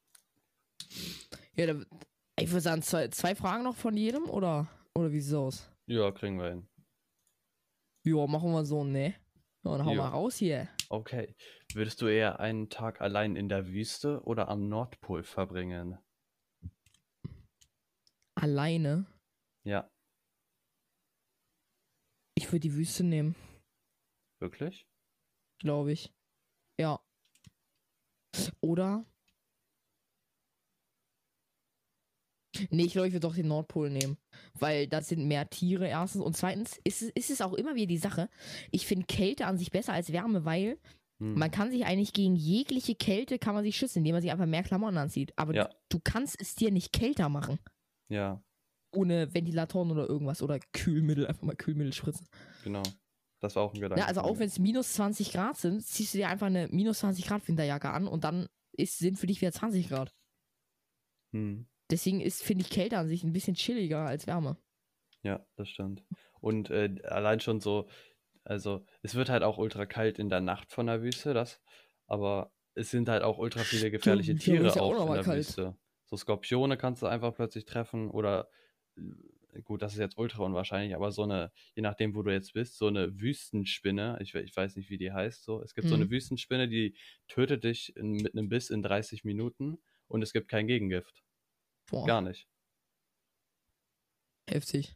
Ja, ich würde sagen, zwei Fragen noch von jedem, oder wie sieht's aus? Ja, kriegen wir hin. Ja, machen wir so, ne? Ja, dann hau mal Ja. raus hier. Okay. Würdest du eher einen Tag allein in der Wüste oder am Nordpol verbringen? Alleine? Ja, Ich würde die Wüste nehmen, wirklich? glaube ich. Ja. Oder? Nee, ich glaube, ich würde doch den Nordpol nehmen. Weil da sind mehr Tiere erstens. Und zweitens ist es auch immer wieder die Sache. Ich finde Kälte an sich besser als Wärme, weil man kann sich eigentlich gegen jegliche Kälte kann man sich schützen, indem man sich einfach mehr Klamotten anzieht. Aber Ja, du kannst es dir nicht kälter machen. ja, Ohne Ventilatoren oder irgendwas. Oder Kühlmittel, einfach mal Kühlmittel spritzen. genau. Das war auch ein Gedanke Ja, also von auch mir. wenn es minus 20 Grad sind, ziehst du dir einfach eine minus 20 Grad Winterjacke an und dann sind für dich wieder 20 Grad. Hm. Deswegen finde ich Kälte an sich ein bisschen chilliger als Wärme. Ja, das stimmt. Und allein schon so, also es wird halt auch ultra kalt in der Nacht von der Wüste, aber es sind halt auch ultra viele gefährliche Stimmt, ja, aber ist Tiere ja auch auch in nochmal der kalt. Wüste. So Skorpione kannst du einfach plötzlich treffen oder gut, das ist jetzt ultra unwahrscheinlich, aber so eine, je nachdem, wo du jetzt bist, so eine Wüstenspinne, ich weiß nicht, wie die heißt, so. Es gibt so eine Wüstenspinne, die tötet dich mit einem Biss in 30 Minuten und es gibt kein Gegengift. Boah, Gar nicht. heftig.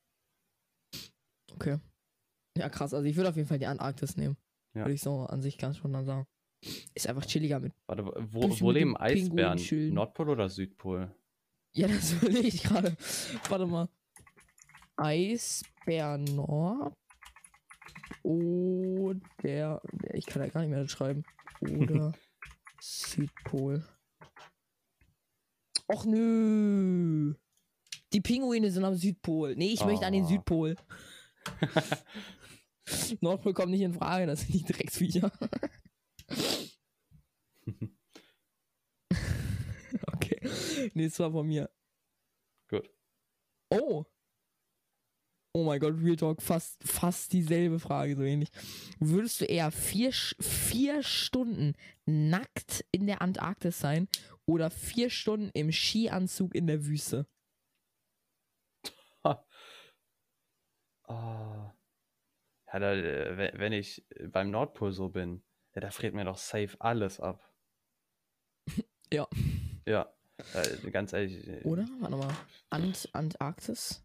Okay. Ja, krass. Also ich würde auf jeden Fall die Antarktis nehmen. Ja. Würde ich so an sich ganz schon dann sagen. Ist einfach chilliger mit. Warte, Bisschen wo mit leben den Pinguinen Eisbären? chillen. Nordpol oder Südpol? Ja, das überlege ich gerade. Warte mal. Eisbär Nord. Oder. Ich kann ja gar nicht mehr das schreiben. Oder Südpol. Och nö. Die Pinguine sind am Südpol. Nee, ich möchte an den Oh. Südpol. Nordpol kommt nicht in Frage, das sind die Drecksviecher. Okay. Nächstes Mal von mir. Gut. Oh. Oh mein Gott, Real Talk, fast dieselbe Frage, so ähnlich. Würdest du eher 4 Stunden nackt in der Antarktis sein oder 4 Stunden im Skianzug in der Wüste? Ah. Ja, wenn ich beim Nordpol so bin, ja, da friert mir doch safe alles ab. Ja. Ja, ganz ehrlich. Oder? Warte mal. Antarktis?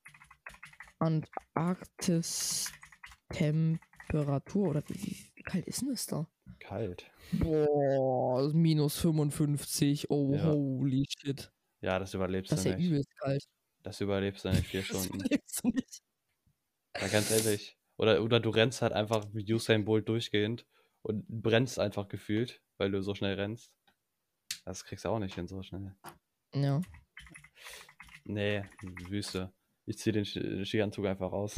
Antarktis Temperatur oder wie kalt ist denn das da? Kalt. Boah, minus 55. Oh, Ja. holy shit. Ja, das überlebst Das ist du ja nicht. übelst kalt. Das überlebst du nicht 4 Das Stunden. überlebst du nicht. Ja, ganz ehrlich. Oder du rennst halt einfach wie Usain Bolt durchgehend und brennst einfach gefühlt, weil du so schnell rennst. Das kriegst du auch nicht hin so schnell. Ja. Nee, Wüste. Ich zieh den Skianzug einfach raus.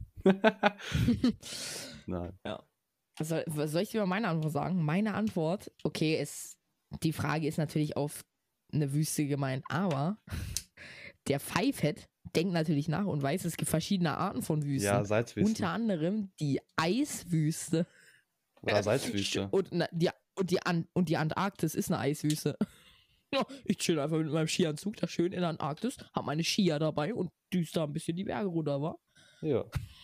Nein. Ja. Was soll ich dir mal meine Antwort sagen? Meine Antwort, okay, die Frage ist natürlich auf eine Wüste gemeint, aber der Pfeifhead denkt natürlich nach und weiß, es gibt verschiedene Arten von Wüsten. Ja, Salzwüsten. Unter anderem die Eiswüste. Oder Salzwüste. Und die Antarktis ist eine Eiswüste. Ja, ich chill einfach mit meinem Skianzug da schön in der Antarktis, hab meine Skier dabei und düst da ein bisschen die Berge runter, wa? Ja.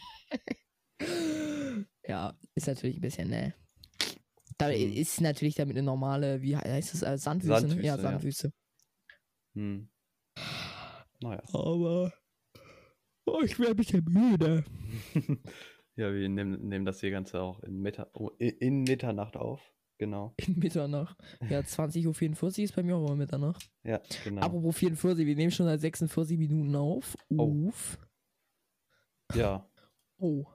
Ja, ist natürlich ein bisschen, ne. Da ist natürlich damit eine normale, wie heißt das, Sandwüste, ne? Ja, Sandwüste. Hm. Naja. Aber ich wäre ein bisschen müde. Ja, wir nehmen das hier Ganze auch in Mitternacht auf. Genau. In Mitternacht. Ja, 20:44 Uhr ist bei mir auch immer Mitternacht. Ja, genau. Apropos 44, wir nehmen schon seit 46 Minuten auf. Uff. Ja. Oh.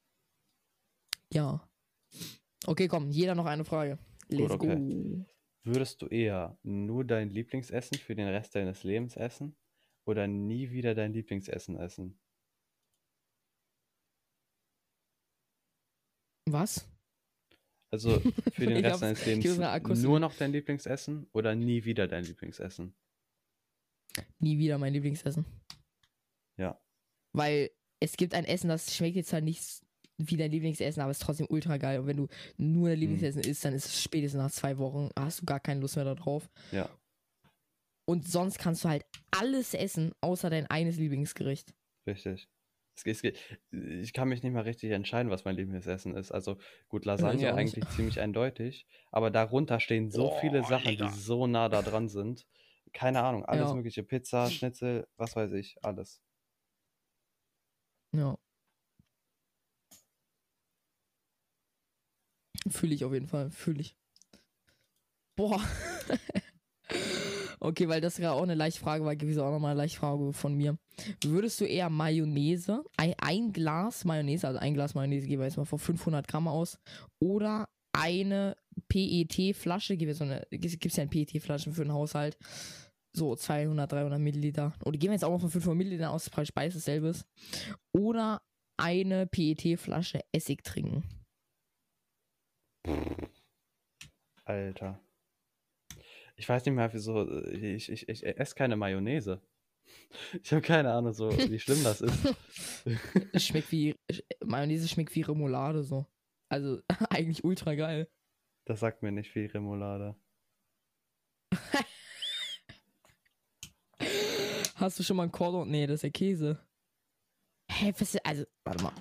Ja. Okay, komm, jeder noch eine Frage. Let's go. Würdest du eher nur dein Lieblingsessen für den Rest deines Lebens essen oder nie wieder dein Lieblingsessen essen? Was? Also für den Rest deines Lebens nur noch dein Lieblingsessen oder nie wieder dein Lieblingsessen? Nie wieder mein Lieblingsessen. Ja. Weil es gibt ein Essen, das schmeckt jetzt halt nicht wie dein Lieblingsessen, aber ist trotzdem ultra geil. Und wenn du nur dein Lieblingsessen isst, dann ist es spätestens nach 2 Wochen, hast du gar keine Lust mehr darauf. Ja. Und sonst kannst du halt alles essen, außer dein eines Lieblingsgericht. Richtig. Ich kann mich nicht mal richtig entscheiden, was mein Lieblingsessen ist. Also gut, Lasagne eigentlich ziemlich eindeutig, aber darunter stehen so viele Sachen, die so nah da dran sind. Keine Ahnung, alles mögliche. Pizza, Schnitzel, was weiß ich, alles. Ja. Fühle ich auf jeden Fall, fühle ich. Boah. Okay, weil das ja auch eine leichte Frage war, gewesen auch nochmal eine leichte Frage von mir. Würdest du eher Mayonnaise, ein Glas Mayonnaise, also ein Glas Mayonnaise, gehen wir jetzt mal vor 500 Gramm aus, oder eine PET-Flasche, gibt es ja eine PET-Flasche für den Haushalt, so 200, 300 Milliliter, oder gehen wir jetzt auch mal von 500 Milliliter aus, Preis dasselbe ist, oder eine PET-Flasche Essig trinken. Alter. Ich weiß nicht mehr, wieso. Ich esse keine Mayonnaise. Ich habe keine Ahnung, so wie schlimm das ist. Mayonnaise schmeckt wie Remoulade so. Also eigentlich ultra geil. Das sagt mir nicht viel, Remoulade. Hast du schon mal ein Cordon? Nee, das ist ja Käse. Hä, also, warte mal.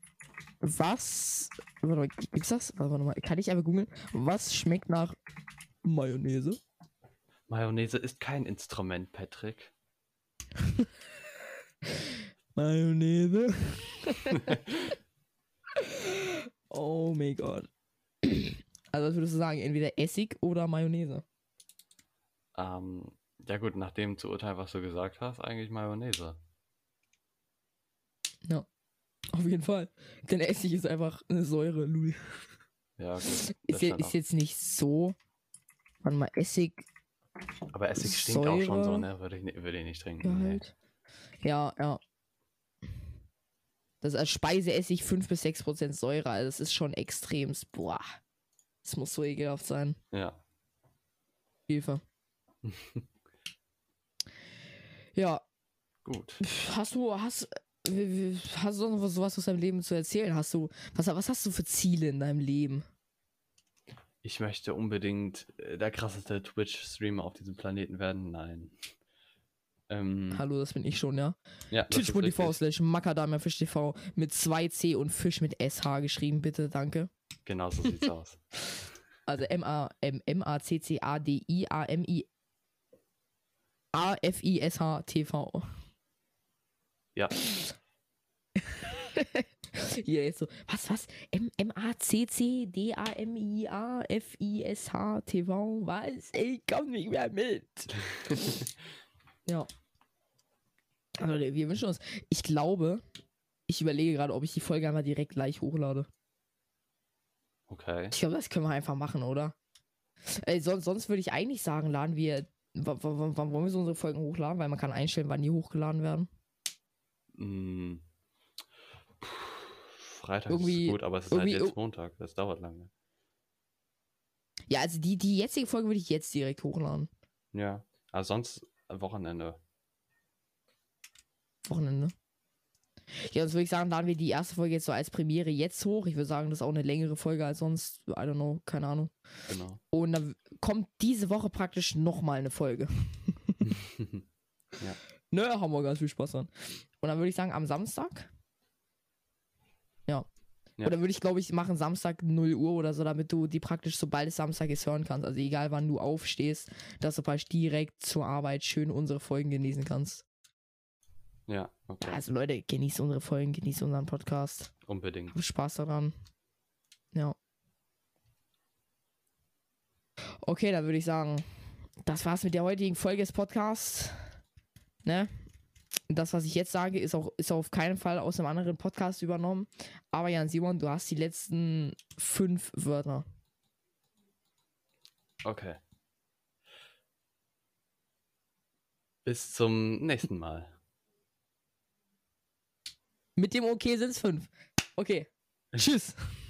Warte mal, gibt's das? Warte mal, kann ich einfach googeln? Was schmeckt nach Mayonnaise? Mayonnaise ist kein Instrument, Patrick. Mayonnaise? Oh mein Gott. Also was würdest du sagen? Entweder Essig oder Mayonnaise? Ja gut, nach dem zu urteilen, was du gesagt hast, eigentlich Mayonnaise. Ja, auf jeden Fall. Denn Essig ist einfach eine Säure, Louis. Ja, gut. Ist jetzt nicht so. Warte mal, Essig. Aber Essig stinkt auch schon so, ne? Würde ich nicht trinken. Nee. Ja. Das ist als Speiseessig 5-6% Säure. Also das ist schon extremst. Boah. Das muss so ekelhaft sein. Ja. Hilfe. Ja. Gut. Hast Hast du noch sowas aus deinem Leben zu erzählen? Was hast du für Ziele in deinem Leben? Ich möchte unbedingt der krasseste Twitch-Streamer auf diesem Planeten werden. Nein. Hallo, das bin ich schon, ja. Ja, das ist Twitch.tv richtig. / Macadamia Fisch TV mit 2C und Fisch mit SH geschrieben, bitte, danke. Genau so sieht's aus. Also MACCADIAMIAFISH-TV. Ja. Hier jetzt so, was? MACCDAMIAFISH-TV? Was? Ich komm nicht mehr mit. Ja. Also, wir wünschen uns. Ich glaube, ich überlege gerade, ob ich die Folge einmal direkt gleich hochlade. Okay. Ich glaube, das können wir einfach machen, oder? Sonst würde ich eigentlich sagen, laden wir. Wann wollen wir so unsere Folgen hochladen? Weil man kann einstellen, wann die hochgeladen werden. Freitag Irgendwie- ist gut, aber es ist halt jetzt Montag. Das dauert lange. Ja, also die jetzige Folge würde ich jetzt direkt hochladen. Ja. Also sonst Wochenende. Wochenende. Ja, sonst würde ich sagen, laden wir die erste Folge jetzt so als Premiere jetzt hoch. Ich würde sagen, das ist auch eine längere Folge als sonst. I don't know, keine Ahnung. Genau. Und dann kommt diese Woche praktisch nochmal eine Folge. Ja. Ne, haben wir ganz viel Spaß dran. Und dann würde ich sagen, am Samstag. Ja. Ja. Oder würde ich, glaube ich, machen Samstag 0 Uhr oder so, damit du die praktisch, sobald es Samstag ist, hören kannst. Also egal, wann du aufstehst, dass du praktisch direkt zur Arbeit schön unsere Folgen genießen kannst. Ja, okay. Also Leute, genießt unsere Folgen, genießt unseren Podcast. Unbedingt. Hab Spaß daran. Ja. Okay, dann würde ich sagen, das war's mit der heutigen Folge des Podcasts. Ne? Das, was ich jetzt sage, ist auch auf keinen Fall aus einem anderen Podcast übernommen. Aber Jan Simon, du hast die letzten 5 Wörter. Okay. Bis zum nächsten Mal. Mit dem Okay sind es 5. Okay. Tschüss.